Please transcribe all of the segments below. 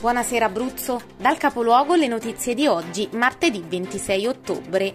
Buonasera Abruzzo, dal capoluogo le notizie di oggi, martedì 26 ottobre.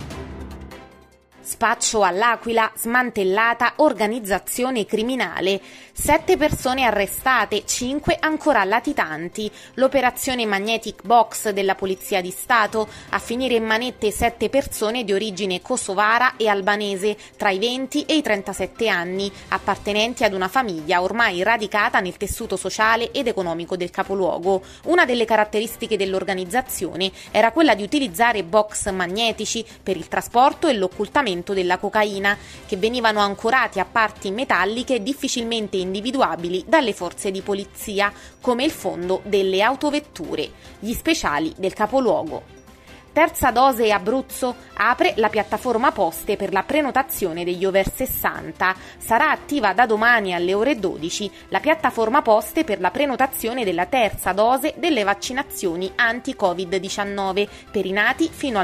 Spaccio all'Aquila, smantellata organizzazione criminale. 7 persone arrestate, 5 ancora latitanti. L'operazione Magnetic Box della Polizia di Stato, a finire in manette 7 persone di origine kosovara e albanese, tra i 20 e i 37 anni, appartenenti ad una famiglia ormai radicata nel tessuto sociale ed economico del capoluogo. Una delle caratteristiche dell'organizzazione era quella di utilizzare box magnetici per il trasporto e l'occultamento della cocaina, che venivano ancorati a parti metalliche difficilmente individuabili dalle forze di polizia, come il fondo delle autovetture. Gli speciali del capoluogo. Terza dose Abruzzo, apre la piattaforma poste per la prenotazione degli over 60. Sarà attiva da domani alle ore 12 la piattaforma poste per la prenotazione della terza dose delle vaccinazioni anti-Covid-19 per i nati fino al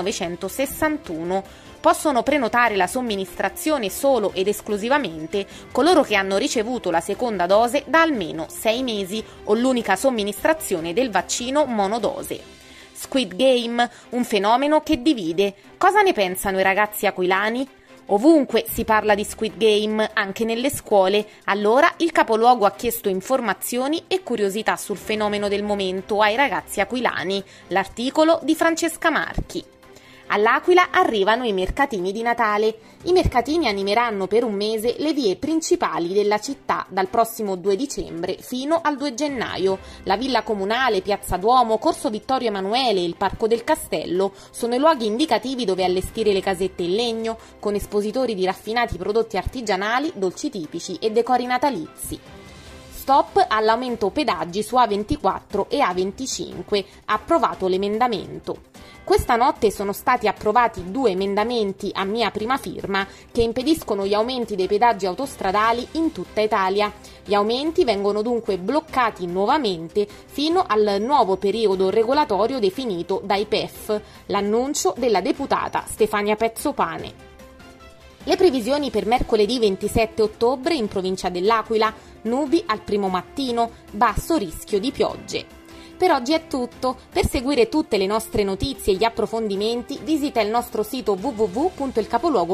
1961. Possono prenotare la somministrazione solo ed esclusivamente coloro che hanno ricevuto la seconda dose da almeno 6 mesi o l'unica somministrazione del vaccino monodose. Squid Game, un fenomeno che divide. Cosa ne pensano i ragazzi aquilani? Ovunque si parla di Squid Game, anche nelle scuole. Allora il capoluogo ha chiesto informazioni e curiosità sul fenomeno del momento ai ragazzi aquilani. L'articolo di Francesca Marchi. All'Aquila arrivano i mercatini di Natale. I mercatini animeranno per un mese le vie principali della città dal prossimo 2 dicembre fino al 2 gennaio. La Villa Comunale, Piazza Duomo, Corso Vittorio Emanuele e il Parco del Castello sono i luoghi indicativi dove allestire le casette in legno, con espositori di raffinati prodotti artigianali, dolci tipici e decori natalizi. Stop all'aumento pedaggi su A24 e A25. Approvato l'emendamento. Questa notte sono stati approvati 2 emendamenti a mia prima firma che impediscono gli aumenti dei pedaggi autostradali in tutta Italia. Gli aumenti vengono dunque bloccati nuovamente fino al nuovo periodo regolatorio definito dai PEF, l'annuncio della deputata Stefania Pezzopane. Le previsioni per mercoledì 27 ottobre in provincia dell'Aquila: nubi al primo mattino, basso rischio di piogge. Per oggi è tutto. Per seguire tutte le nostre notizie e gli approfondimenti visita il nostro sito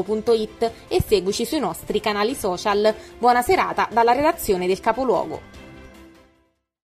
www.ilcapoluogo.it e seguici sui nostri canali social. Buona serata dalla redazione del Capoluogo.